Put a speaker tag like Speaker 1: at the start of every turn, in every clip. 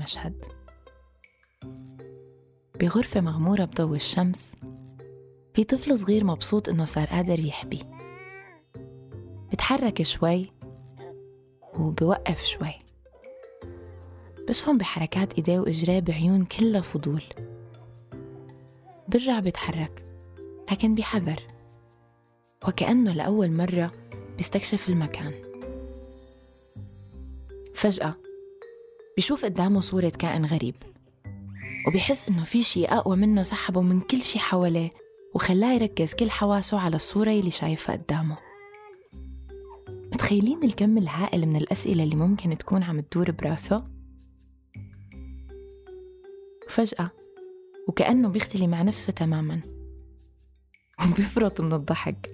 Speaker 1: المشهد. بغرفة مغمورة بضوء الشمس في طفل صغير مبسوط إنه صار قادر يحبي. بتحرك شوي وبوقف شوي، بشفن بحركات إيديه وإجريه بعيون كلها فضول. برجع بيتحرك لكن بحذر، وكأنه لأول مرة بيستكشف المكان. فجأة بيشوف قدامه صورة كائن غريب، وبيحس إنه في شيء أقوى منه سحبه من كل شيء حواليه وخلاه يركز كل حواسه على الصورة اللي شايفها قدامه. متخيلين الكم الهائل من الأسئلة اللي ممكن تكون عم تدور براسه؟ وفجأة وكأنه بيختلي مع نفسه تماماً وبيفرط من الضحك.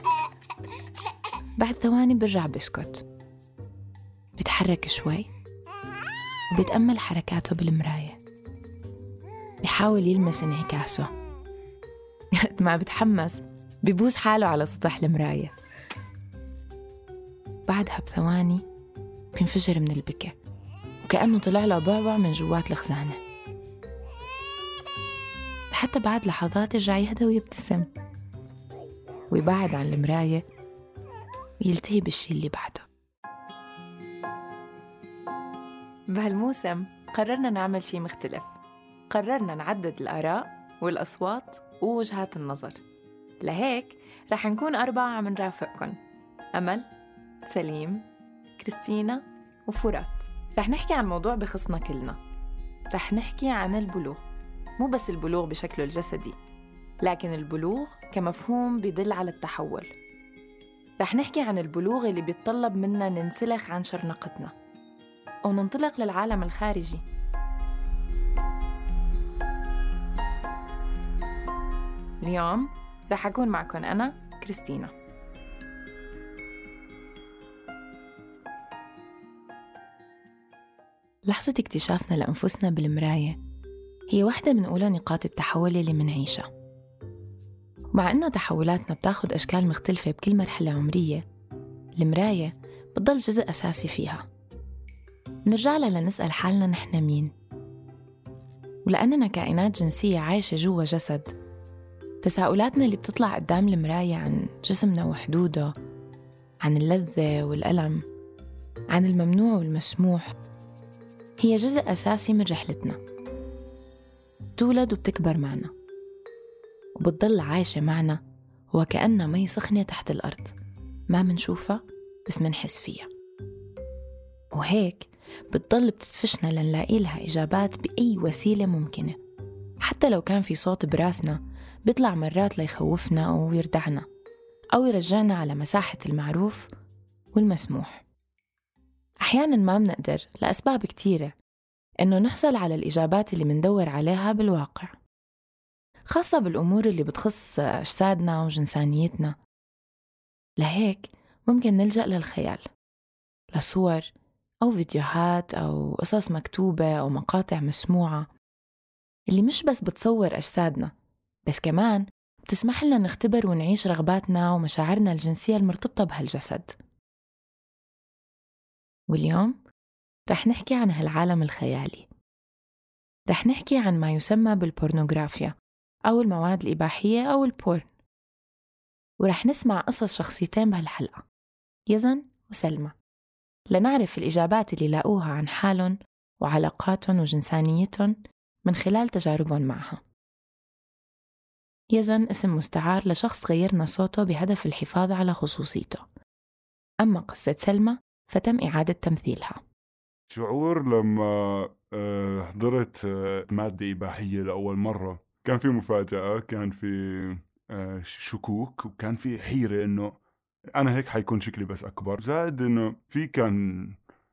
Speaker 1: بعد ثواني برجع بيسكت، بيتحرك شوي وبيتأمل حركاته بالمراية، بيحاول يلمس انعكاسه. قد ما بتحمس بيبوس حاله على سطح المراية. بعدها بثواني بينفجر من البكاء، وكأنه طلع له بعبع من جوات الخزانة. حتى بعد لحظات يرجع يهدى ويبتسم ويبعد عن المراية ويلتهي بالشي اللي بعده. بهالموسم قررنا نعمل شي مختلف. قررنا نعدد الآراء والأصوات ووجهات النظر. لهيك رح نكون 4 عم نرافقكن: أمل، سليم، كريستينا وفرات. رح نحكي عن موضوع بخصنا كلنا. رح نحكي عن البلوغ، مو بس البلوغ بشكله الجسدي، لكن البلوغ كمفهوم بيدل على التحول. رح نحكي عن البلوغ اللي بيتطلب منا ننسلخ عن شرنقتنا أو ننطلق للعالم الخارجي. اليوم رح أكون معكم أنا كريستينا. لحظة اكتشافنا لأنفسنا بالمراية هي واحدة من أولى نقاط التحول اللي منعيشها. مع أن تحولاتنا بتاخد أشكال مختلفة بكل مرحلة عمرية، المراية بتضل جزء أساسي فيها. نرجع لها لنسأل حالنا نحن مين؟ ولأننا كائنات جنسية عايشة جوا جسد، تساؤلاتنا اللي بتطلع قدام المراية عن جسمنا وحدوده، عن اللذة والألم، عن الممنوع والمسموح، هي جزء أساسي من رحلتنا. تولد وبتكبر معنا وبتضل عايشة معنا، وكأنها مي سخنة تحت الأرض ما منشوفها بس منحس فيها. وهيك بتضل بتدفشنا لنلاقي لها إجابات بأي وسيلة ممكنة، حتى لو كان في صوت براسنا بيطلع مرات ليخوفنا أو يردعنا أو يرجعنا على مساحة المعروف والمسموح. أحياناً ما بنقدر لأسباب كتيرة إنه نحصل على الإجابات اللي مندور عليها بالواقع، خاصة بالأمور اللي بتخص أجسادنا وجنسانيتنا. لهيك ممكن نلجأ للخيال، لصور أو فيديوهات أو قصص مكتوبة أو مقاطع مسموعة اللي مش بس بتصور أجسادنا، بس كمان بتسمح لنا نختبر ونعيش رغباتنا ومشاعرنا الجنسية المرتبطة بهالجسد. واليوم رح نحكي عن هالعالم الخيالي. رح نحكي عن ما يسمى بالبورنوغرافيا أو المواد الإباحية أو البورن. ورح نسمع قصص شخصيتين بهالحلقة، يزن وسلمى، لنعرف الإجابات اللي لاقوها عن حالهم وعلاقاتهم وجنسانيتهم من خلال تجاربهم معها. يزن اسم مستعار لشخص غيرنا صوته بهدف الحفاظ على خصوصيته. أما قصة سلمى فتم إعادة تمثيلها.
Speaker 2: شعور لما حضرت مادة إباحية لأول مرة، كان في مفاجأة، كان في شكوك، وكان في حيرة إنه أنا هيك حيكون شكلي بس أكبر، زائد إنه في كان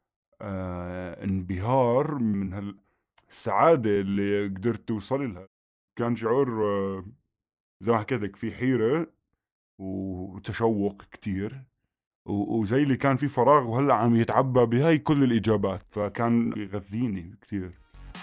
Speaker 2: انبهار من السعادة اللي قدرت توصل لها. كان شعور زي ما حكيت لك، في حيرة وتشوق كتير، وزي اللي كان في فراغ وهلأ عم يتعبى بهاي كل الإجابات، فكان يغذيني كتير.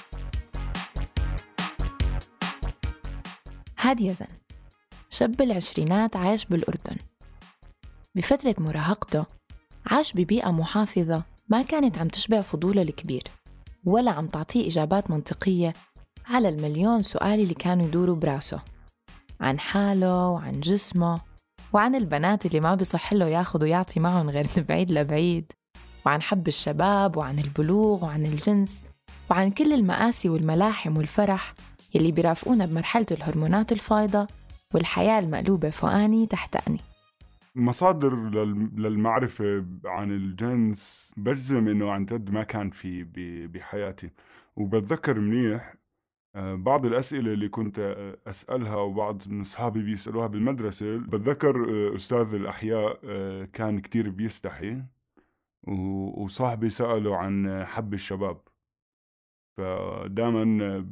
Speaker 1: هاد يزن شاب العشرينات عايش بالأردن. بفترة مراهقته عاش ببيئة محافظة ما كانت عم تشبع فضوله الكبير، ولا عم تعطيه إجابات منطقية على المليون سؤال اللي كانوا يدوروا براسه عن حاله وعن جسمه وعن البنات اللي ما بيصح له ياخد ويعطي معهم غير بعيد لبعيد، وعن حب الشباب وعن البلوغ وعن الجنس وعن كل المآسي والملاحم والفرح اللي بيرافقونا بمرحلة الهرمونات الفايضة والحياة المقلوبة فوقاني تحتاني.
Speaker 2: مصادر للمعرفة عن الجنس بجزم إنه عن جد ما كان في بحياتي. وبتذكر منيح بعض الأسئلة اللي كنت أسألها وبعض من أصحابي بيسألوها بالمدرسة. بتذكر أستاذ الأحياء كان كتير بيستحي، وصاحبي سأله عن حب الشباب، فدائما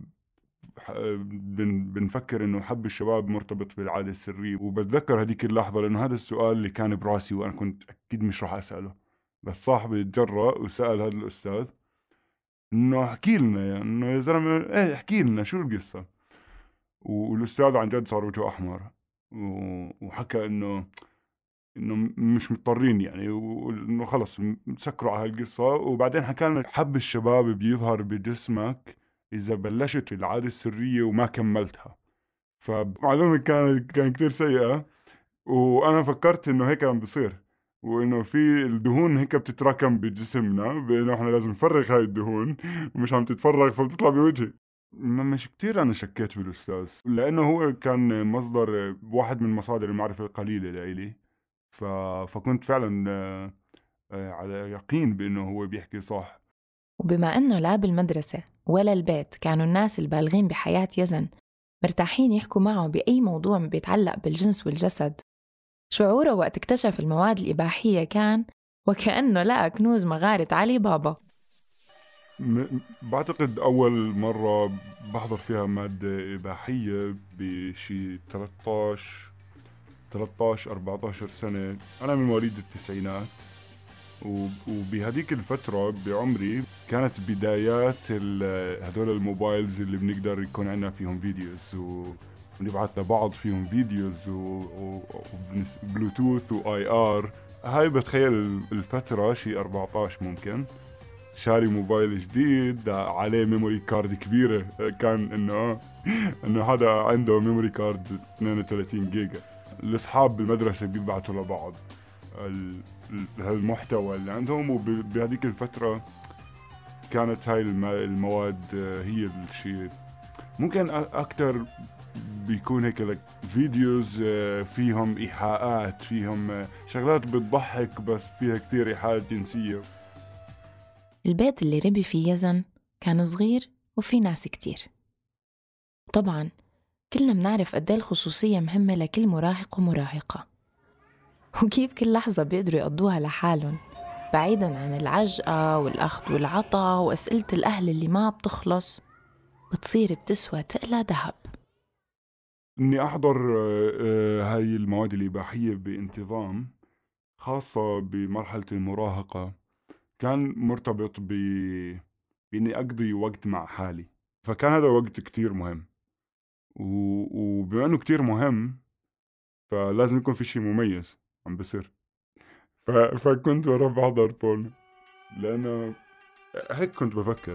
Speaker 2: بنفكر إنه حب الشباب مرتبط بالعادة السرية. وبتذكر هديك اللحظة لأنه هذا السؤال اللي كان براسي وأنا كنت أكيد مش رح أسأله، بس صاحبي تجرأ وسأل هذا الأستاذ إنه احكي لنا، يعني إنه يا زلمة إيه احكي لنا شو القصة. والأستاذ عن جد صار وجهه أحمر وحكى إنه مش مضطرين يعني، وإنه خلص سكروا على هالقصة. وبعدين حكى لنا حب الشباب بيظهر بجسمك إذا بلشت العادة السرية وما كملتها. فمعلومة كان كتير سيئة، وأنا فكرت إنه هيك عم بصير، وإنه في الدهون هيك بتتراكم بجسمنا بإنه إحنا لازم نفرغ هاي الدهون ومش عم تتفرغ فبتطلع بوجهي. مش كتير أنا شكيت بالأستاذ، لأنه هو كان مصدر واحد من مصادر المعرفة القليلة لإلي. فكنت فعلا على يقين بأنه هو بيحكي صح.
Speaker 1: وبما أنه لا بالمدرسة ولا البيت كانوا الناس البالغين بحياة يزن مرتاحين يحكوا معه بأي موضوع بيتعلق بالجنس والجسد، شعوره وقت اكتشف المواد الإباحية كان وكأنه لقى كنوز مغارة علي بابا.
Speaker 2: بعتقد أول مرة بحضر فيها مادة إباحية بشي 13-14 سنة. أنا من مواليد التسعينات، وبهديك الفترة بعمري كانت بدايات هدول الموبايلز اللي بنقدر يكون عنا فيهم فيديوز ونبعث لبعض فيهم فيديوز وبلوتوث واي ار. هاي بتخيل الفترة شي 14 ممكن. شاري موبايل جديد عليه ميموري كارد كبيرة، كان انه هذا عنده ميموري كارد 32 جيجا. الاصحاب بالمدرسة بيبعتوا لبعض هالمحتوى اللي عندهم، وبهذيك الفترة كانت هاي المواد هي الشيء. ممكن أكتر بيكون هيك لك فيديوز فيهم إيحاءات، فيهم شغلات بتضحك بس فيها كتير إيحاءات جنسية.
Speaker 1: البيت اللي ربي فيه يزن كان صغير وفي ناس كتير. طبعاً كلنا بنعرف قد ايه الخصوصية مهمة لكل مراهق ومراهقة، وكيف كل لحظة بيقدروا يقضوها لحالهم بعيداً عن العجقة والأخذ والعطا وأسئلة الأهل اللي ما بتخلص بتصير بتسوى تقلى ذهب.
Speaker 2: إني أحضر هاي المواد الإباحية بانتظام، خاصة بمرحلة المراهقة، كان مرتبط بإني أقضي وقت مع حالي. فكان هذا وقت كتير مهم، وبما أنه كتير مهم فلازم يكون في شيء مميز عم بصير. فكنت بروح بحضر بورن، لأنه هيك كنت بفكر.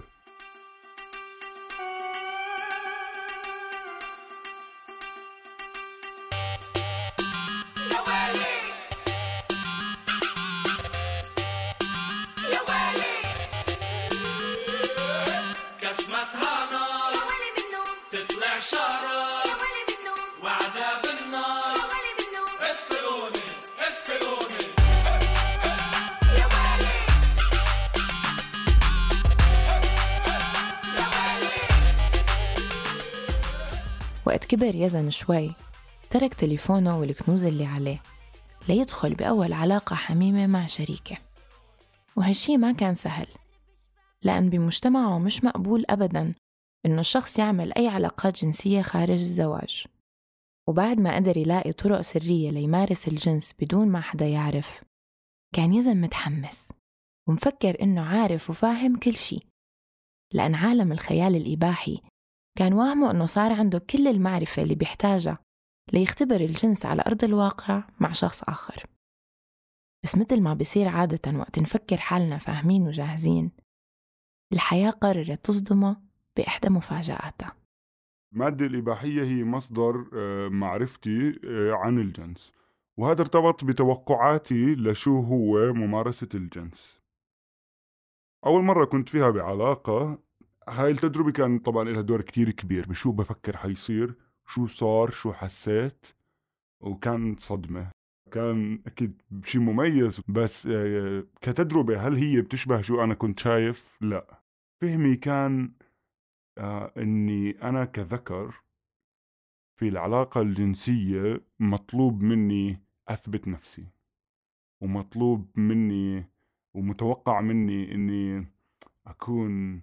Speaker 1: وقت كبر يزن شوي ترك تليفونه والكنوز اللي عليه ليدخل بأول علاقة حميمة مع شريكه. وهالشي ما كان سهل، لأن بمجتمعه مش مقبول أبداً إنه الشخص يعمل أي علاقات جنسية خارج الزواج. وبعد ما قدر يلاقي طرق سرية ليمارس الجنس بدون ما حدا يعرف، كان يزن متحمس ومفكر إنه عارف وفاهم كل شي، لأن عالم الخيال الإباحي كان واهمه إنه صار عنده كل المعرفة اللي بيحتاجها ليختبر الجنس على أرض الواقع مع شخص آخر. بس مثل ما بيصير عادة وقت نفكر حالنا فاهمين وجاهزين، الحياة قررت تصدمه بإحدى مفاجآتها.
Speaker 2: المادة الإباحية هي مصدر معرفتي عن الجنس، وهذا ارتبط بتوقعاتي لشو هو ممارسة الجنس. أول مرة كنت فيها بعلاقة، هاي التجربة كان طبعا لها دور كتير كبير بشو بفكر حيصير، شو صار، شو حسيت، وكان صدمة. كان أكيد شيء مميز، بس كتجربة هل هي بتشبه شو أنا كنت شايف؟ لا. فهمي كان إني أنا كذكر في العلاقة الجنسية مطلوب مني أثبت نفسي، ومطلوب مني ومتوقع مني إني أكون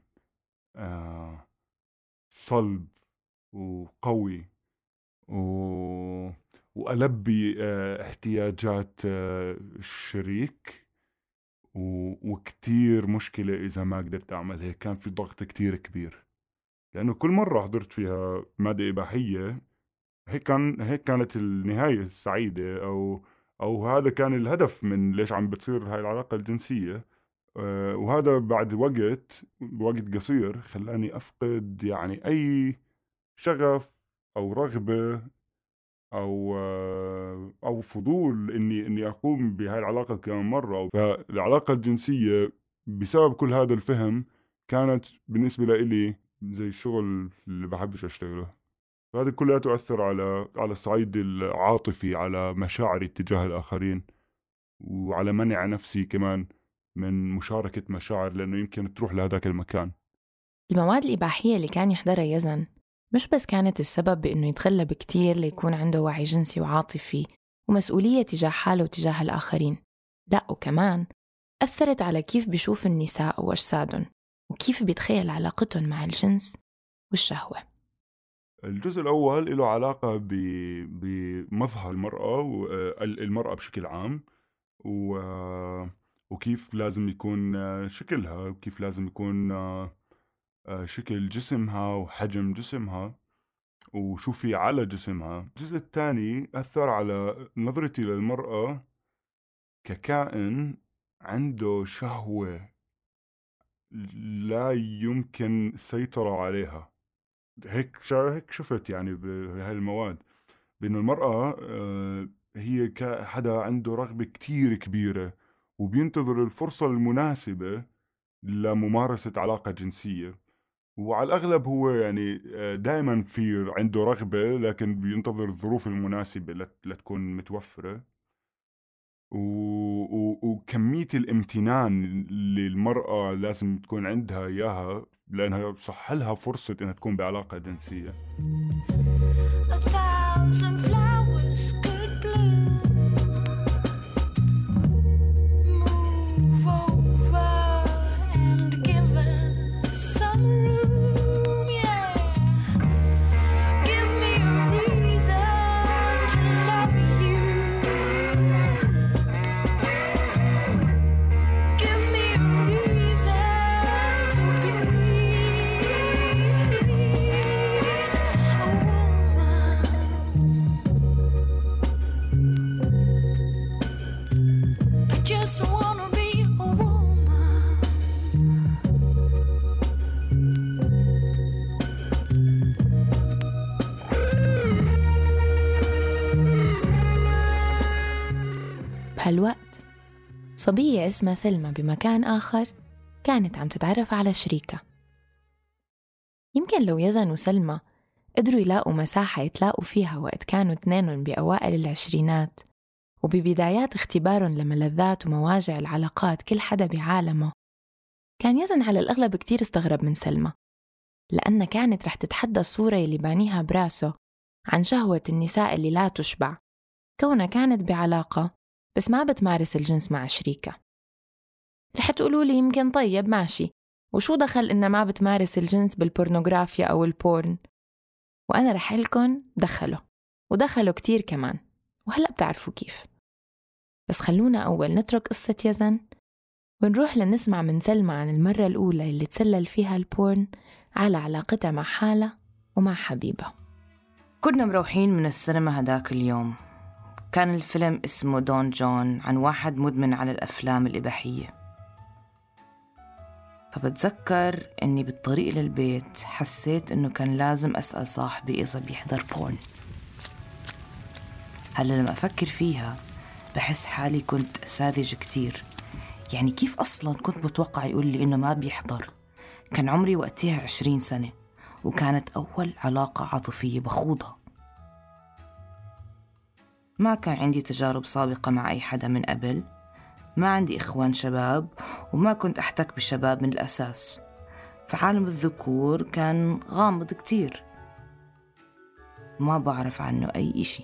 Speaker 2: صلب وقوي وألبي احتياجات الشريك، وكتير مشكلة إذا ما قدرت أعمل هيك. كان في ضغط كتير كبير، لأنه كل مرة حضرت فيها مادة إباحية هيك كانت النهاية السعيدة، أو هذا كان الهدف من ليش عم بتصير هاي العلاقة الجنسية. وهذا بعد وقت قصير خلاني أفقد يعني أي شغف أو رغبة أو فضول إني أقوم بهاي العلاقة كمان مرة. فالعلاقة الجنسية بسبب كل هذا الفهم كانت بالنسبة لي زي الشغل اللي بحبش أشتغله. فهذا كله تؤثر على الصعيد العاطفي، على مشاعري تجاه الآخرين، وعلى منع نفسي كمان من مشاركة مشاعر، لأنه يمكن تروح لهذاك المكان.
Speaker 1: المواد الإباحية اللي كان يحضرها يزن مش بس كانت السبب بإنه يتغلب كتير ليكون عنده وعي جنسي وعاطفي ومسؤولية تجاه حاله وتجاه الآخرين، لا، وكمان أثرت على كيف بيشوف النساء وأجسادهم وكيف بيتخيل علاقتهم مع الجنس والشهوة.
Speaker 2: الجزء الأول له علاقة بمظهر المرأة والمرأة بشكل عام، وكيف لازم يكون شكلها، وكيف لازم يكون شكل جسمها وحجم جسمها وشو في على جسمها. الجزء الثاني أثر على نظرتي للمرأة ككائن عنده شهوة لا يمكن السيطرة عليها. هيك شفت يعني بهاي المواد بأنه المرأة هي كحدا عنده رغبة كتير كبيرة وبينتظر الفرصة المناسبة لممارسة علاقة جنسية، وعلى الأغلب هو يعني دائما في عنده رغبة، لكن بينتظر الظروف المناسبة لتكون متوفرة. وكمية الامتنان اللي المرأة لازم تكون عندها إياها لأنها صح لها فرصة إنها تكون بعلاقة جنسية.
Speaker 1: بهالوقت صبية اسمها سلمى بمكان آخر كانت عم تتعرف على شريكة. يمكن لو يزن وسلمى قدروا يلاقوا مساحة يتلاقوا فيها وقت كانوا اثنينهم بأوائل العشرينات وببدايات اختبارهم لملذات ومواجع العلاقات كل حدا بعالمه، كان يزن على الأغلب كتير استغرب من سلمى، لأنها كانت رح تتحدى الصورة اللي بانيها براسه عن شهوة النساء اللي لا تشبع، كونها كانت بعلاقة بس ما بتمارس الجنس مع شريكة. رح تقولوا لي يمكن طيب ماشي، وشو دخل إنها ما بتمارس الجنس بالبورنوغرافيا أو البورن؟ وأنا رح لكم ودخلوا كتير كمان، وهلأ بتعرفوا كيف. بس خلونا أول نترك قصة يزن ونروح لنسمع من سلمى عن المرة الأولى اللي تسلل فيها البورن على علاقتها مع حالها ومع حبيبها.
Speaker 3: كنا مروحين من السينما هداك اليوم، كان الفيلم اسمه دون جون عن واحد مدمن على الأفلام الإباحية. فبتذكر أني بالطريق للبيت حسيت أنه كان لازم أسأل صاحبي إذا بيحضر بورن. هلا لما أفكر فيها بحس حالي كنت ساذج كتير. يعني كيف أصلاً كنت بتوقع يقول لي إنه ما بيحضر؟ كان عمري وقتها 20 سنة وكانت أول علاقة عاطفية بخوضها. ما كان عندي تجارب سابقة مع أي حدا من قبل، ما عندي إخوان شباب، وما كنت أحتك بشباب من الأساس، فعالم الذكور كان غامض كتير، ما بعرف عنه أي إشي.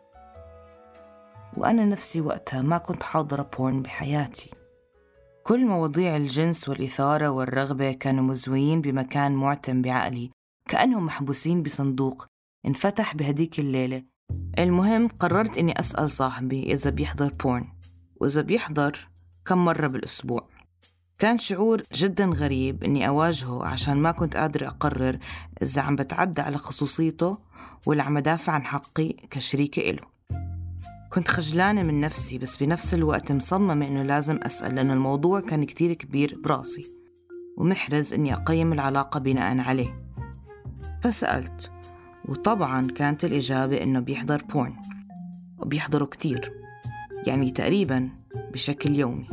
Speaker 3: وأنا نفسي وقتها ما كنت حاضرة بورن بحياتي. كل مواضيع الجنس والإثارة والرغبة كانوا مزويين بمكان معتم بعقلي، كأنهم محبوسين بصندوق انفتح بهديك الليلة. المهم قررت إني أسأل صاحبي إذا بيحضر بورن، وإذا بيحضر كم مرة بالأسبوع. كان شعور جدا غريب إني أواجهه عشان ما كنت قادر أقرر إذا عم بتعدى على خصوصيته ولا عم دافع عن حقي كشريكة إله. كنت خجلانة من نفسي، بس بنفس الوقت مصممة إنه لازم أسأل، لأن الموضوع كان كتير كبير براسي ومحرز إني أقيم العلاقة بناء عليه. فسألت، وطبعاً كانت الإجابة إنه بيحضر بورن، وبيحضره كتير، يعني تقريباً بشكل يومي.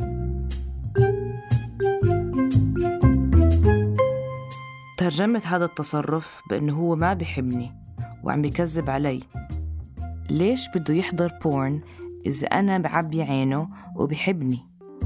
Speaker 3: ترجمت هذا التصرف بأنه هو ما بيحبني وعم بيكذب علي. ليش بده يحضر بورن إذا أنا بعبي عينه وبيحبني؟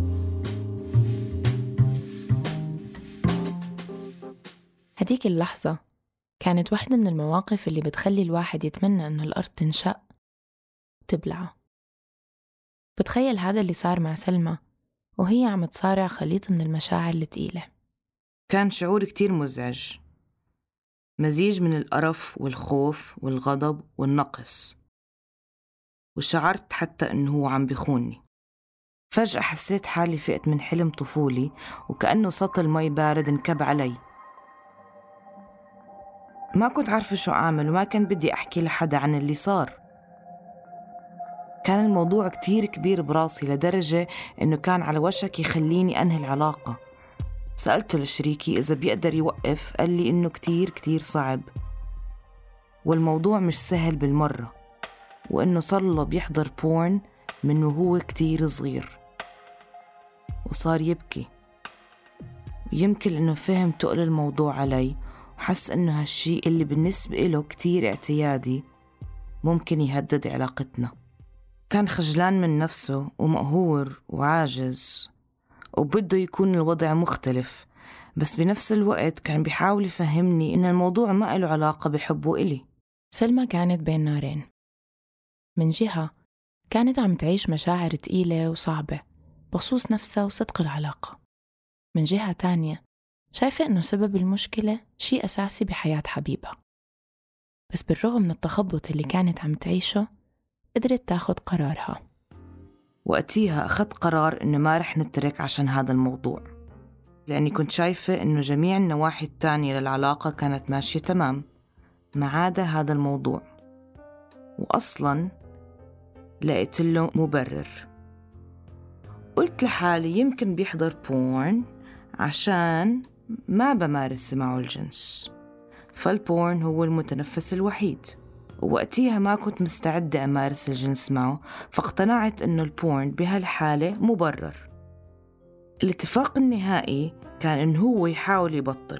Speaker 1: هديك اللحظة كانت واحدة من المواقف اللي بتخلي الواحد يتمنى إنه الأرض تنشق وتبلعه. بتخيل هذا اللي صار مع سلمى وهي عم تصارع خليط من المشاعر الثقيلة.
Speaker 3: كان شعور كتير مزعج، مزيج من القرف والخوف والغضب والنقص، وشعرت حتى إنه هو عم بيخونني. فجأة حسيت حالي فقت من حلم طفولي، وكأنه سطل مي بارد انكب علي. ما كنت عارفة شو أعمل، وما كان بدي أحكي لحدا عن اللي صار. كان الموضوع كتير كبير براسي لدرجة إنه كان على وشك يخليني أنهي العلاقة. سألته لشريكي إذا بيقدر يوقف، قال لي إنه كتير كتير صعب والموضوع مش سهل بالمرة، وإنه صار له بيحضر بورن من وهو كتير صغير. وصار يبكي، ويمكن إنه فهم تقل الموضوع علي، وحس إنه هالشي اللي بالنسبة له كتير اعتيادي ممكن يهدد علاقتنا. كان خجلان من نفسه ومقهور وعاجز، وبده يكون الوضع مختلف، بس بنفس الوقت كان بيحاول يفهمني إن الموضوع ما له علاقة بحبه إلي.
Speaker 1: سلمى كانت بين نارين. من جهة كانت عم تعيش مشاعر تقيلة وصعبة بخصوص نفسها وصدق العلاقة، من جهة تانية شايفة إنه سبب المشكلة شيء أساسي بحياة حبيبها. بس بالرغم من التخبط اللي كانت عم تعيشه قدرت تاخد قرارها.
Speaker 3: وقتيها أخذت قرار إنه ما رح نترك عشان هذا الموضوع، لأني كنت شايفة إنه جميع النواحي التانية للعلاقة كانت ماشية تمام ما عدا هذا الموضوع، وأصلاً لقيت له مبرر. قلت لحالي يمكن بيحضر بورن عشان ما بمارس معه الجنس، فالبورن هو المتنفس الوحيد، ووقتيها ما كنت مستعدة أمارس الجنس معه، فاقتنعت إنه البورن بهالحالة مبرر. الاتفاق النهائي كان إنه هو يحاول يبطل.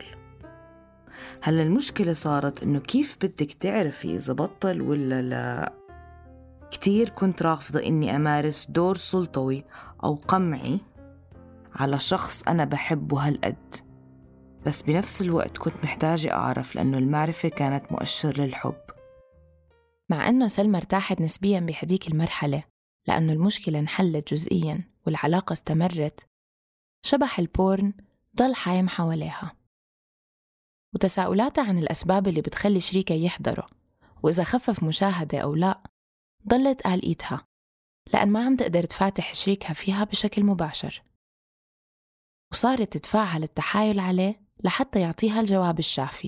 Speaker 3: هلا المشكلة صارت إنه كيف بدك تعرفي إذا بطل ولا لا؟ كتير كنت رافضة إني أمارس دور سلطوي أو قمعي على شخص أنا بحبه هالقد، بس بنفس الوقت كنت محتاجة أعرف، لأنه المعرفة كانت مؤشر للحب.
Speaker 1: مع أنه سلمى ارتاحت نسبياً بهديك المرحلة لأنه المشكلة انحلت جزئياً والعلاقة استمرت، شبح البورن ضل حايم حواليها، وتساؤلاتها عن الأسباب اللي بتخلي شريكها يحضره وإذا خفف مشاهدة أو لا ضلت قلقتها، لأن ما عم تقدر تفاتح شريكها فيها بشكل مباشر، وصارت تدفعها للتحايل عليه لحتى يعطيها الجواب الشافي،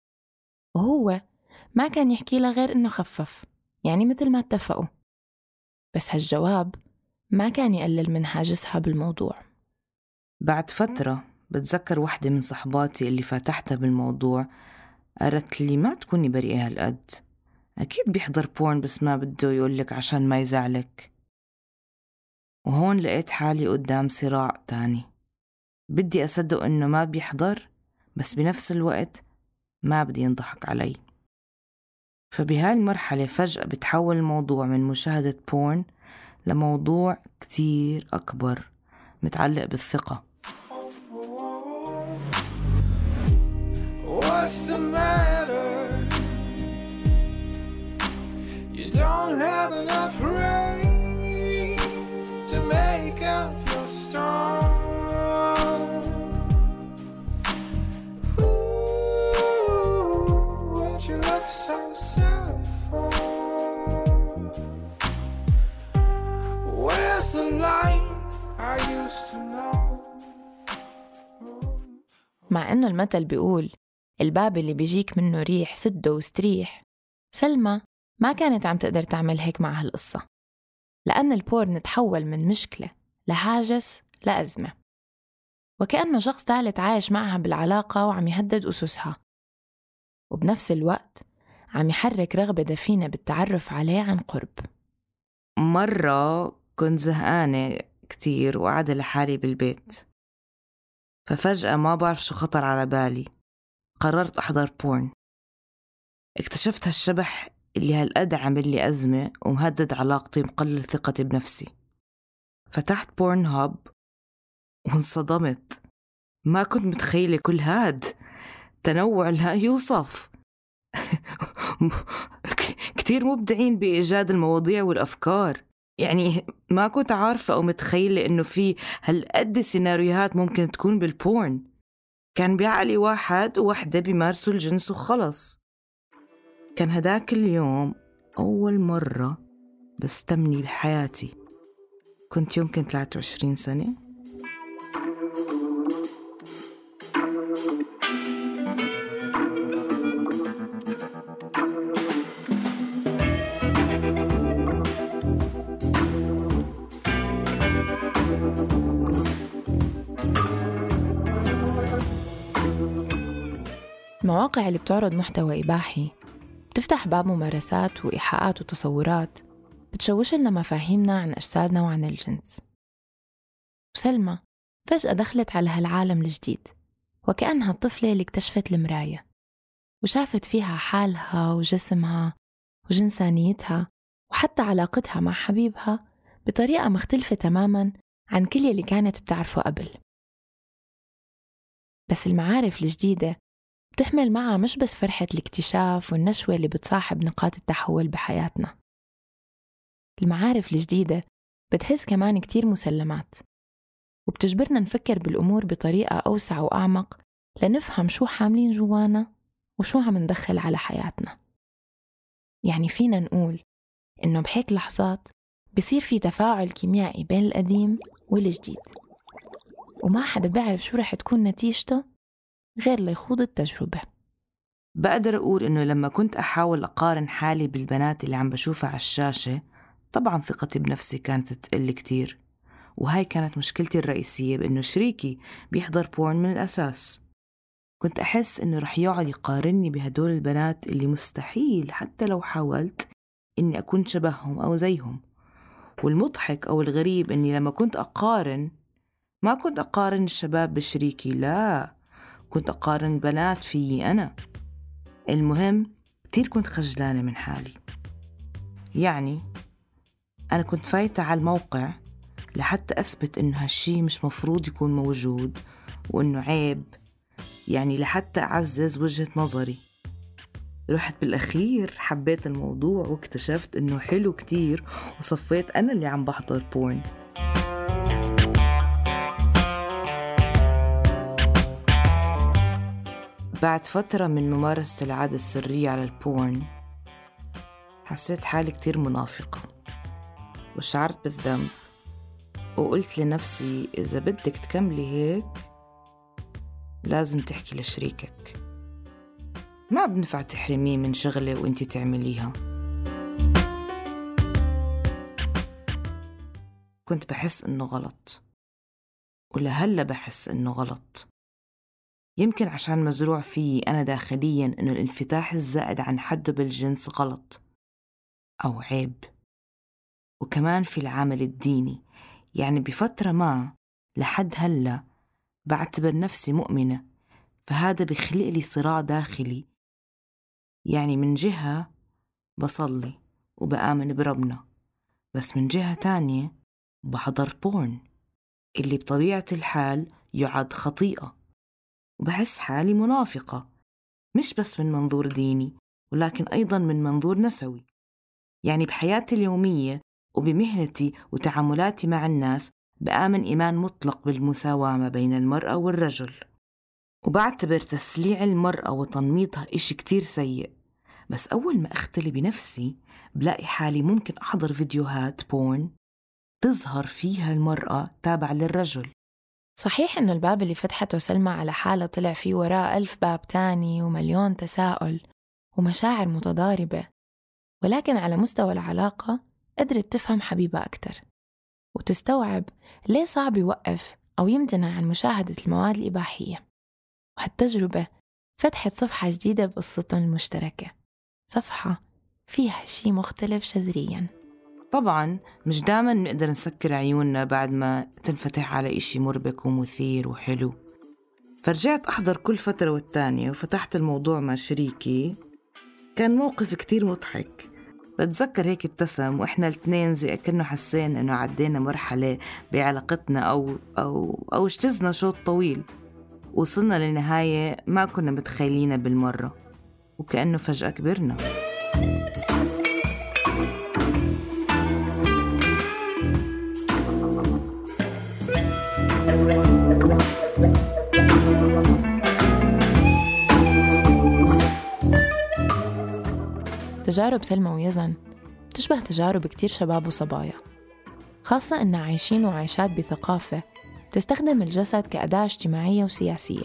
Speaker 1: وهو ما كان يحكي لها غير إنه خفف، يعني مثل ما اتفقوا. بس هالجواب ما كان يقلل من هاجسها بالموضوع.
Speaker 3: بعد فترة بتذكر واحدة من صحباتي اللي فتحتها بالموضوع قالت لي ما تكوني بريئة هالقد، أكيد بيحضر بورن بس ما بده يقولك عشان ما يزعلك. وهون لقيت حالي قدام صراع تاني، بدي أصدق إنه ما بيحضر بس بنفس الوقت ما بدي ينضحك علي. فبهاي المرحلة فجأة بتحول الموضوع من مشاهدة بورن لموضوع كتير أكبر متعلق بالثقة.
Speaker 4: What's the matter? You don't have enough rain to make up your storm. Ooh, what you look so sad for? Where's the line I used to know?
Speaker 1: مع إنه المثل بيقول الباب اللي بيجيك منه ريح سده واستريح، سلمى ما كانت عم تقدر تعمل هيك مع هالقصة، لأن البورن تحول من مشكلة لهاجس لأزمة، وكأنه شخص ثالث عايش معها بالعلاقة وعم يهدد أسسها، وبنفس الوقت عم يحرك رغبة دفينة بالتعرف عليه عن قرب.
Speaker 3: مرة كنت زهقانة كتير وقاعدة لحالي بالبيت، ففجأة ما بعرف شو خطر على بالي قررت أحضر بورن. اكتشفت هالشبح اللي هالقد عامل لي أزمة ومهدد علاقتي مقلل ثقتي بنفسي. فتحت بورن هاب وانصدمت، ما كنت متخيلة كل هاد تنوع لا يوصف. كتير مبدعين بإيجاد المواضيع والأفكار، يعني ما كنت عارفة أو متخيلة إنه في هالقد سيناريوهات ممكن تكون بالبورن. كان بعقلي واحد ووحدة بيمارسوا الجنس وخلص. كان هداك اليوم أول مرة بستمني بحياتي. كنت يمكن 23 سنة.
Speaker 1: المواقع اللي بتعرض محتوى إباحي بتفتح باب ممارسات وإيحاءات وتصورات بتشوش لنا مفاهيمنا عن أجسادنا وعن الجنس. وسلمى فجأة دخلت على هالعالم الجديد وكأنها الطفلة اللي اكتشفت المراية وشافت فيها حالها وجسمها وجنسانيتها وحتى علاقتها مع حبيبها بطريقة مختلفة تماماً عن كل اللي كانت بتعرفه قبل. بس المعارف الجديدة بتحمل معها مش بس فرحة الاكتشاف والنشوة اللي بتصاحب نقاط التحول بحياتنا. المعارف الجديدة بتهز كمان كتير مسلمات وبتجبرنا نفكر بالأمور بطريقة أوسع وأعمق لنفهم شو حاملين جوانا وشو عم ندخل على حياتنا. يعني فينا نقول إنه بهيك لحظات بصير في تفاعل كيميائي بين القديم والجديد، وما حدا بيعرف شو رح تكون نتيجته غير ليخوض التجربة.
Speaker 3: بقدر أقول إنه لما كنت أحاول أقارن حالي بالبنات اللي عم بشوفها على الشاشة، طبعاً ثقتي بنفسي كانت تقل كتير، وهاي كانت مشكلتي الرئيسية بإنه شريكي بيحضر بورن من الأساس. كنت أحس إنه رح يقعد يقارني بهدول البنات اللي مستحيل حتى لو حاولت إني أكون شبههم أو زيهم. والمضحك أو الغريب إني لما كنت أقارن ما كنت أقارن الشباب بشريكي، لا، كنت أقارن بنات فيي أنا. المهم كتير كنت خجلانة من حالي. يعني أنا كنت فايتة على الموقع لحتى أثبت إنه هالشي مش مفروض يكون موجود وإنه عيب، يعني لحتى أعزز وجهة نظري. رحت بالأخير حبيت الموضوع واكتشفت إنه حلو كتير، وصفيت أنا اللي عم بحضر بورن. بعد فترة من ممارسة العادة السرية على البورن حسيت حالي كتير منافقة وشعرت بالذنب، وقلت لنفسي إذا بدك تكملي هيك لازم تحكي لشريكك، ما بنفع تحرميه من شغلة وانتي تعمليها. كنت بحس إنه غلط، ولهلا بحس إنه غلط. يمكن عشان مزروع فيه أنا داخلياً إنه الانفتاح الزائد عن حده بالجنس غلط أو عيب. وكمان في العامل الديني، يعني بفترة ما لحد هلأ بعتبر نفسي مؤمنة، فهذا بيخلق لي صراع داخلي. يعني من جهة بصلي وبآمن بربنا، بس من جهة تانية بحضر بورن اللي بطبيعة الحال يعد خطيئة، وبحس حالي منافقة، مش بس من منظور ديني ولكن أيضاً من منظور نسوي. يعني بحياتي اليومية وبمهنتي وتعاملاتي مع الناس بآمن إيمان مطلق بالمساواة ما بين المرأة والرجل، وبعتبر تسليع المرأة وتنميطها إشي كتير سيء. بس أول ما أختلي بنفسي بلاقي حالي ممكن أحضر فيديوهات بورن تظهر فيها المرأة تابعة للرجل.
Speaker 1: صحيح إنه الباب اللي فتحته سلمى على حالة طلع فيه وراء 1000 باب تاني ومليون تساؤل ومشاعر متضاربة، ولكن على مستوى العلاقة قدرت تفهم حبيبها أكتر وتستوعب ليه صعب يوقف أو يمتنع عن مشاهدة المواد الإباحية. وهالتجربة فتحت صفحة جديدة بقصتهم المشتركة، صفحة فيها شي مختلف جذرياً.
Speaker 3: طبعاً مش دايماً نقدر نسكر عيوننا بعد ما تنفتح على إشي مربك ومثير وحلو، فرجعت أحضر كل فترة والتانية وفتحت الموضوع مع شريكي. كان موقف كتير مضحك، بتذكر هيك ابتسم وإحنا الاثنين زي كأنه حسين إنه عدينا مرحلة بعلاقتنا أو اجتزنا شوط طويل، وصلنا لنهاية ما كنا متخيلينها بالمرة، وكأنه فجأة كبرنا.
Speaker 1: تجارب سلمى ويزن تشبه تجارب كتير شباب وصبايا، خاصة إن عايشين وعايشات بثقافة تستخدم الجسد كأداة اجتماعية وسياسية،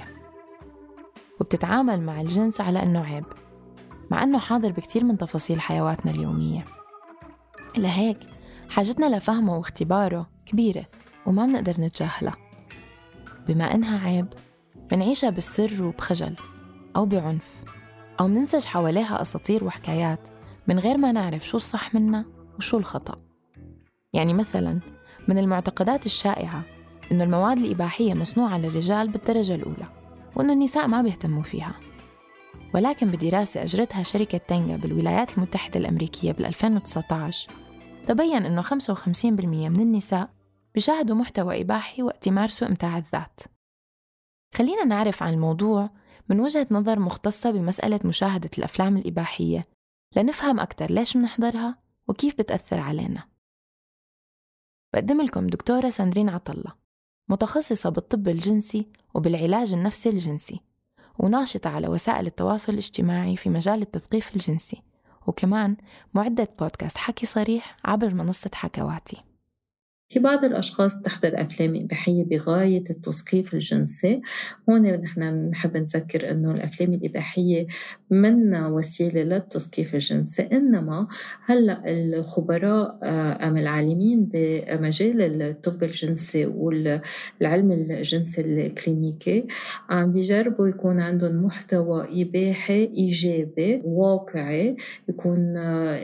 Speaker 1: وبتتعامل مع الجنس على إنه عيب، مع إنه حاضر بكتير من تفاصيل حيواتنا اليومية. لهيك حاجتنا لفهمه واختباره كبيرة وما بنقدر نتجاهلها. بما إنها عيب بنعيشها بالسر وبخجل أو بعنف، أو مننسج حواليها أساطير وحكايات من غير ما نعرف شو الصح منا وشو الخطأ. يعني مثلاً من المعتقدات الشائعة إنه المواد الإباحية مصنوعة للرجال بالدرجة الأولى، وإنه النساء ما بيهتموا فيها. ولكن بدراسة أجرتها شركة تنجا بالولايات المتحدة الأمريكية بال2019 تبين إنه 55% من النساء بيشاهدوا محتوى إباحي وقت يمارسوا إمتاع الذات. خلينا نعرف عن الموضوع من وجهة نظر مختصة بمسألة مشاهدة الأفلام الإباحية لنفهم أكتر ليش منحضرها وكيف بتأثر علينا. بقدم لكم دكتورة ساندرين عطلة، متخصصة بالطب الجنسي وبالعلاج النفسي الجنسي، وناشطة على وسائل التواصل الاجتماعي في مجال التثقيف الجنسي، وكمان معدة بودكاست حكي صريح عبر منصة حكواتي.
Speaker 5: في بعض الأشخاص تحضر أفلام إباحية بغاية التثقيف الجنسي. هون نحن نحب نذكر أنه الأفلام الإباحية من وسيلة للتثقيف الجنسي، إنما هلأ الخبراء أم العالمين بمجال الطب الجنسي والعلم الجنسي الكلينيكي عم بيجربوا يكون عندهم محتوى إباحي إيجابي واقعي، يكون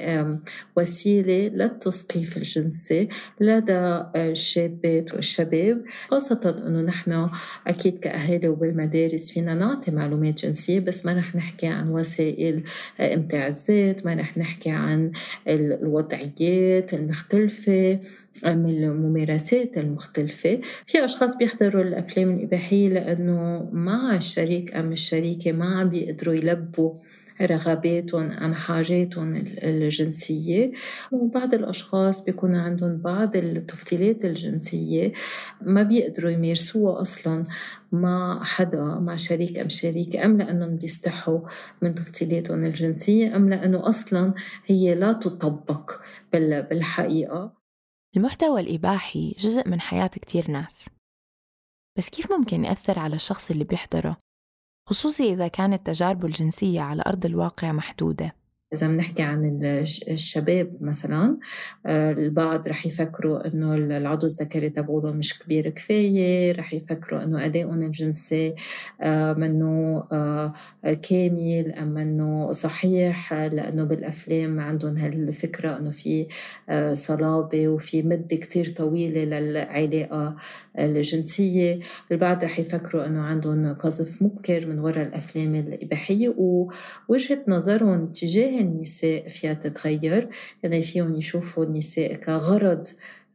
Speaker 5: وسيلة للتثقيف الجنسي لدى الشابات والشباب، خاصة أنه نحن أكيد كأهالي وبالمدارس فينا نعطي معلومات جنسية، بس ما رح نحكي عن وسائل إمتاع الذات، ما رح نحكي عن الوضعيات المختلفة من الممارسات المختلفة. في أشخاص بيحضروا الأفلام الإباحية لأنه مع الشريك أم الشريكة ما عم بيقدروا يلبوا رغباتهم أم حاجاتهم الجنسية، وبعض الأشخاص بيكون عندهم بعض التفضيلات الجنسية ما بيقدروا يمارسوها أصلاً مع حدا، مع شريك أم شريكة، أم لأنهم بيستحوا من تفضيلاتهم الجنسية، أم لأنه أصلاً هي لا تطبق بالحقيقة.
Speaker 1: المحتوى الإباحي جزء من حياة كتير ناس، بس كيف ممكن يأثر على الشخص اللي بيحضره، خصوصي إذا كانت تجاربه الجنسية على أرض الواقع محدودة؟
Speaker 5: إذا بنحكي عن الشباب مثلا، البعض رح يفكروا إنه العضو الذكري تبعولهم مش كبير كفاية، رح يفكروا إنه أدائهم الجنسي منه كامل أم منه صحيح، لأنه بالأفلام عندهم هالفكرة إنه في صلابة وفي مدة كتير طويلة للعلاقة الجنسية. البعض رح يفكروا إنه عندهم قذف مبكر من وراء الأفلام الإباحية، ووجهة نظرهم تجاه النساء فيها تتغير، يعني فيهم يشوفوا النساء كغرض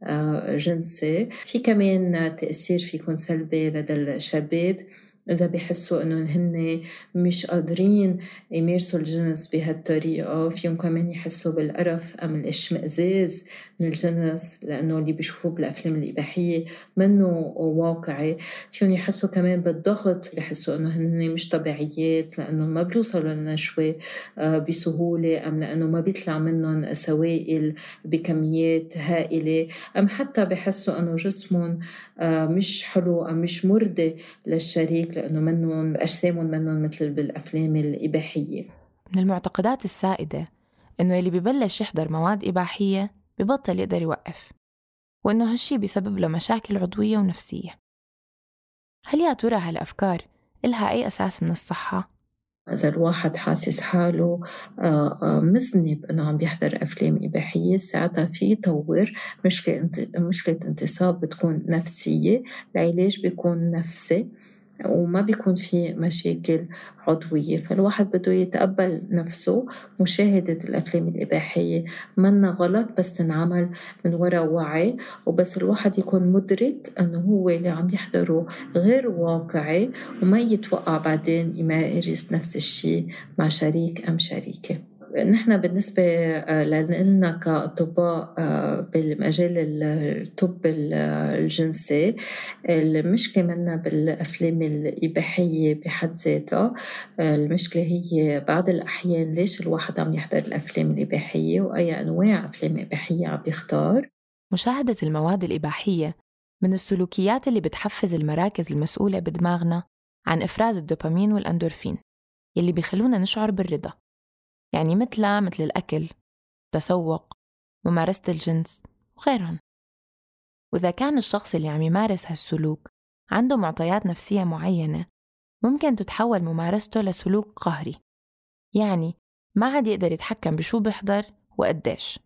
Speaker 5: جنسي. في كمان تأثير فيكون سلبي لدى الشابات إذا بيحسوا إنه هن مش قادرين يمارسوا الجنس بهالطريقة، فيهم كمان يحسوا بالقرف أم الاشمئزاز من الجنس لأنه اللي بيشوفوه بالأفلام الإباحية منه واقعي. فيهم يحسوا كمان بالضغط، بيحسوا إنه هن مش طبيعيات لأنه ما بيوصلوا للنشوة بسهولة، أم لأنه ما بيطلع منهم سوائل بكميات هائلة، أم حتى بيحسوا إنه جسمهم مش حلو أم مش مرضي للشريك لأنه منهم أجسامهم منهم مثل بالأفلام الإباحية.
Speaker 1: من المعتقدات السائدة إنه اللي بيبلش يحضر مواد إباحية ببطل يقدر يوقف، وإنه هالشي بيسبب له مشاكل عضوية ونفسية. هل يا ترى هالأفكار إلها أي أساس من الصحة؟
Speaker 5: إذا الواحد حاسس حاله مذنب إنه عم بيحضر أفلام إباحية، ساعتها في يطور مشكلة انتصاب بتكون نفسية، العلاج بيكون نفسي وما بيكون في مشاكل عضوية. فالواحد بده يتقبل نفسه. مشاهدة الأفلام الإباحية منا غلط، بس تنعمل من وراء وعي، وبس الواحد يكون مدرك أنه هو اللي عم يحضره غير واقعي، وما يتوقع بعدين يمارس نفس الشيء مع شريك أم شريكة. نحن بالنسبة لنا كأطباء بالمجال الطب الجنسي، المشكلة منا بالأفلام الإباحية بحد ذاتها. المشكلة هي بعض الأحيان ليش الواحد عم يحضر الأفلام الإباحية وأي أنواع أفلام إباحية عم يختار.
Speaker 1: مشاهدة المواد الإباحية من السلوكيات اللي بتحفز المراكز المسؤولة بدماغنا عن إفراز الدوبامين والأندورفين يلي بيخلونا نشعر بالرضا، يعني مثل الأكل، التسوق، ممارسة الجنس وغيرهم. وإذا كان الشخص اللي عم يمارس هالسلوك عنده معطيات نفسية معينة، ممكن تتحول ممارسته لسلوك قهري، يعني ما عاد يقدر يتحكم بشو بيحضر وقديش.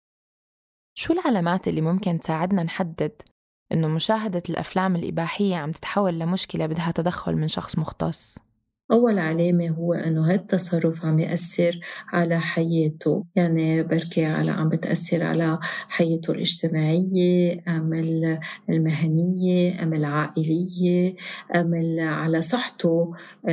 Speaker 1: شو العلامات اللي ممكن تساعدنا نحدد إنه مشاهدة الأفلام الإباحية عم تتحول لمشكلة بدها تدخل من شخص مختص؟
Speaker 5: أول علامة هو أنه هالتصرف عم يأثر على حياته، يعني بركي عم بتأثر على حياته الاجتماعية أم المهنية أم العائلية أم على صحته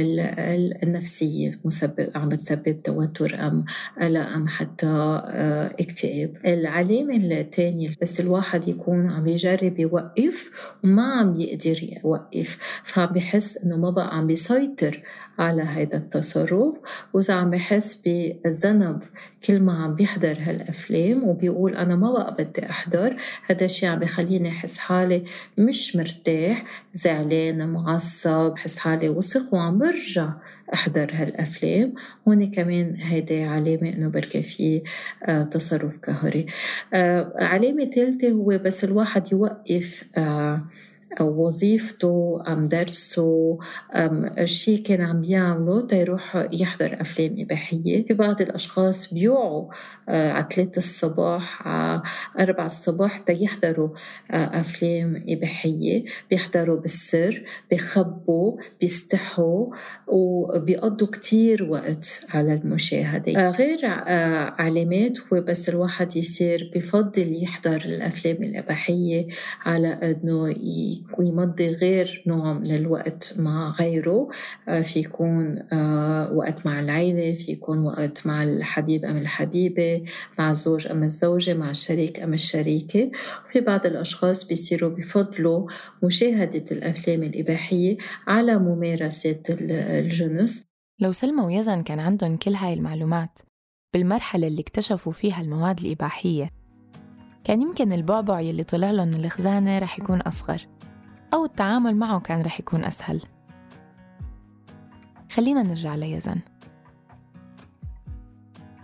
Speaker 5: النفسية، عم بتسبب توتر أم قلق أم حتى اكتئاب. العلامة الثانية بس الواحد يكون عم يجرب يوقف وما عم يقدر يوقف، فعم بيحس أنه ما بقى عم بيسيطر على هذا التصرف، وإذا عم بحس بالذنب كل ما عم بيحضر هالأفلام وبيقول أنا ما بقى بدي أحضر، هذا الشيء عم بيخليني أحس حالي مش مرتاح، زعلان، معصب، حس حالي وسخ وعم برجع أحضر هالأفلام. هون كمان هيدا علامة إنه بركي في تصرف قهري. علامة ثالثة هو بس الواحد يوقف أو وظيفته أم درسه أم الشيء كان عم يعمله تيروح يحضر أفلام إباحية. في بعض الأشخاص بيوعوا على 3 الصباح 4 الصباح تيحضروا أفلام إباحية، بيحضروا بالسر، بيخبوا، بيستحوا وبيقضوا كتير وقت على المشاهدة. غير علامات هو بس الواحد يصير بفضل يحضر الأفلام الإباحية على أنه يمضي غير نوع من الوقت مع غيره. في يكون وقت مع العائلة، في يكون وقت مع الحبيب أم الحبيبة، مع الزوج أم الزوجة، مع الشريك أم الشريكة. وفي بعض الأشخاص بيصيروا بفضلوا مشاهدة الأفلام الإباحية على ممارسة الجنس.
Speaker 1: لو سلمى ويزن كان عندهم كل هاي المعلومات بالمرحلة اللي اكتشفوا فيها المواد الإباحية، كان يمكن البعبع يلي طلع لهم من الخزانة رح يكون أصغر، أو التعامل معه كان رح يكون أسهل. خلينا نرجع ليزن.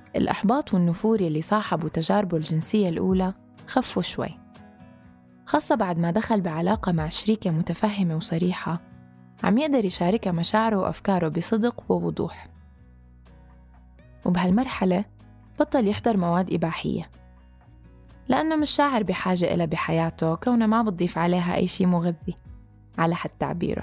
Speaker 1: الإحباط والنفور يلي صاحبوا تجاربه الجنسية الأولى خفوا شوي، خاصة بعد ما دخل بعلاقة مع شريكة متفهمة وصريحة عم يقدر يشاركها مشاعره وأفكاره بصدق ووضوح. وبهالمرحلة بطل يحضر مواد إباحية لأنه مش شاعر بحاجة إلها بحياته، كونه ما بتضيف عليها أي شيء مغذي على حد تعبيره.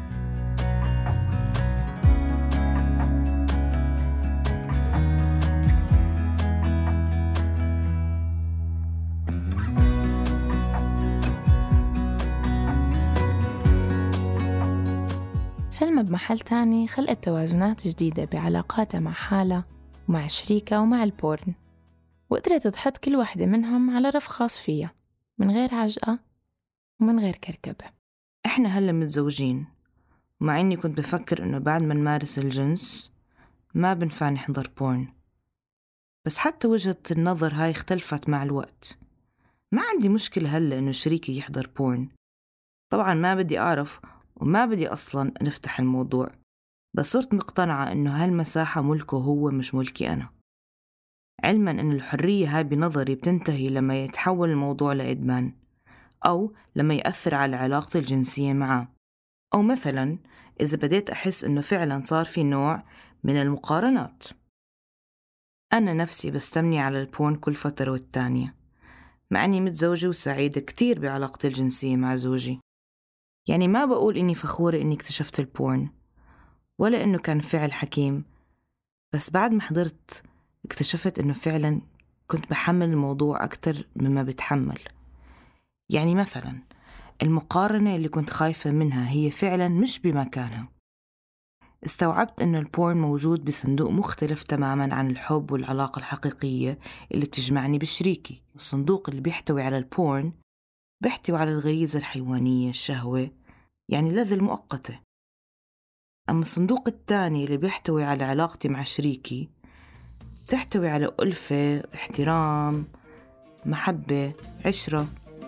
Speaker 1: سلمى بمحل تاني خلقت توازنات جديدة بعلاقاتها مع حالها ومع شريكها ومع البورن، وقدرت تحط كل واحدة منهم على رف خاص فيها من غير عجقة ومن غير كركبة.
Speaker 3: إحنا هلأ متزوجين، ومع إني كنت بفكر إنه بعد ما نمارس الجنس ما بنفع نحضر بورن، بس حتى وجهة النظر هاي اختلفت مع الوقت. ما عندي مشكلة هلأ إنه شريكي يحضر بورن، طبعا ما بدي أعرف وما بدي أصلا نفتح الموضوع، بس صرت مقتنعة إنه هالمساحة ملكه هو مش ملكي أنا، علما إن الحرية هاي بنظري بتنتهي لما يتحول الموضوع لإدمان، أو لما يأثر على علاقتي الجنسية معه، أو مثلا إذا بديت أحس إنه فعلا صار في نوع من المقارنات. أنا نفسي بستمني على البورن كل فترة والتانية، مع أني متزوجة وسعيدة كتير بعلاقتي الجنسية مع زوجي. يعني ما بقول إني فخورة إني اكتشفت البورن ولا إنه كان فعل حكيم، بس بعد ما حضرت اكتشفت إنه فعلا كنت بحمل الموضوع أكتر مما بتحمل. يعني مثلا المقارنة اللي كنت خايفة منها هي فعلا مش بمكانها. استوعبت إنه البورن موجود بصندوق مختلف تماما عن الحب والعلاقة الحقيقية اللي بتجمعني بشريكي. الصندوق اللي بيحتوي على البورن بيحتوي على الغريزة الحيوانية، الشهوة، يعني اللذة المؤقتة. أما الصندوق الثاني اللي بيحتوي على علاقتي مع شريكي تحتوي على ألفة، احترام، محبة، عشرة.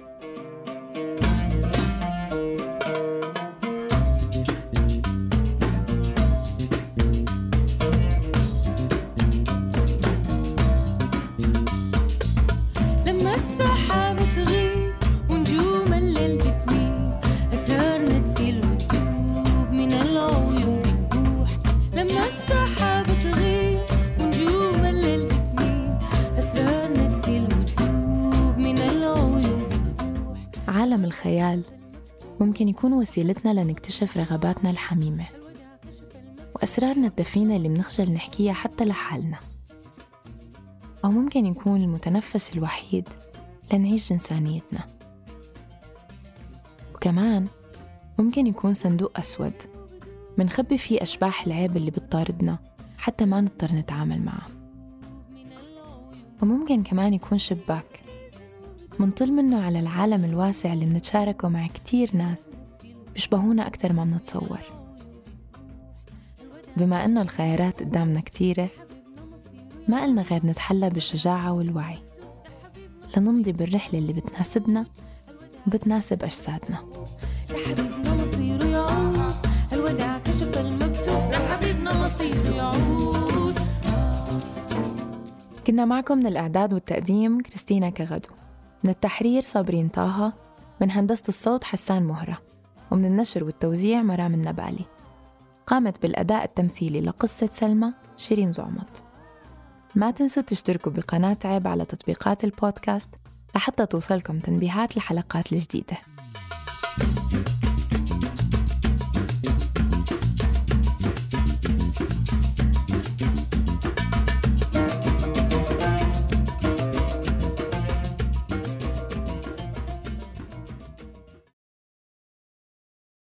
Speaker 6: لما السحاب تغيب ونجوم الليل بتميل، أسرارنا تسيل وتدوب من العيون بتبوح. لما السحاب تغيب ونجوم الليل بتميل، أسرارنا تسيل وتدوب من العيون بتبوح.
Speaker 1: عالم الخيال ممكن يكون وسيلتنا لنكتشف رغباتنا الحميمة وأسرارنا الدفينة اللي منخجل نحكيها حتى لحالنا، أو ممكن يكون المتنفس الوحيد لنعيش جنسانيتنا. وكمان ممكن يكون صندوق أسود منخبي فيه أشباح العيب اللي بتطاردنا حتى ما نضطر نتعامل معه. وممكن كمان يكون شباك منطل منه على العالم الواسع اللي منتشاركه مع كتير ناس بيشبهونا أكتر ما منتصور. بما أنه الخيارات قدامنا كتيرة، ما قلنا غير نتحلى بالشجاعة والوعي لنمضي بالرحلة اللي بتناسبنا وبتناسب أجسادنا.
Speaker 6: لحبيبنا مصيره يعود، الوداع كشف المكتوب، لحبيبنا مصيره يعود.
Speaker 1: كنا معكم من الإعداد والتقديم كريستينا كغدو، من التحرير صابرين طه، من هندسة الصوت حسان مهرة، ومن النشر والتوزيع مرام النبالي. قامت بالأداء التمثيلي لقصة سلمى شيرين زعمط. ما تنسوا تشتركوا بقناة عيب على تطبيقات البودكاست لحتى توصلكم تنبيهات الحلقات الجديدة.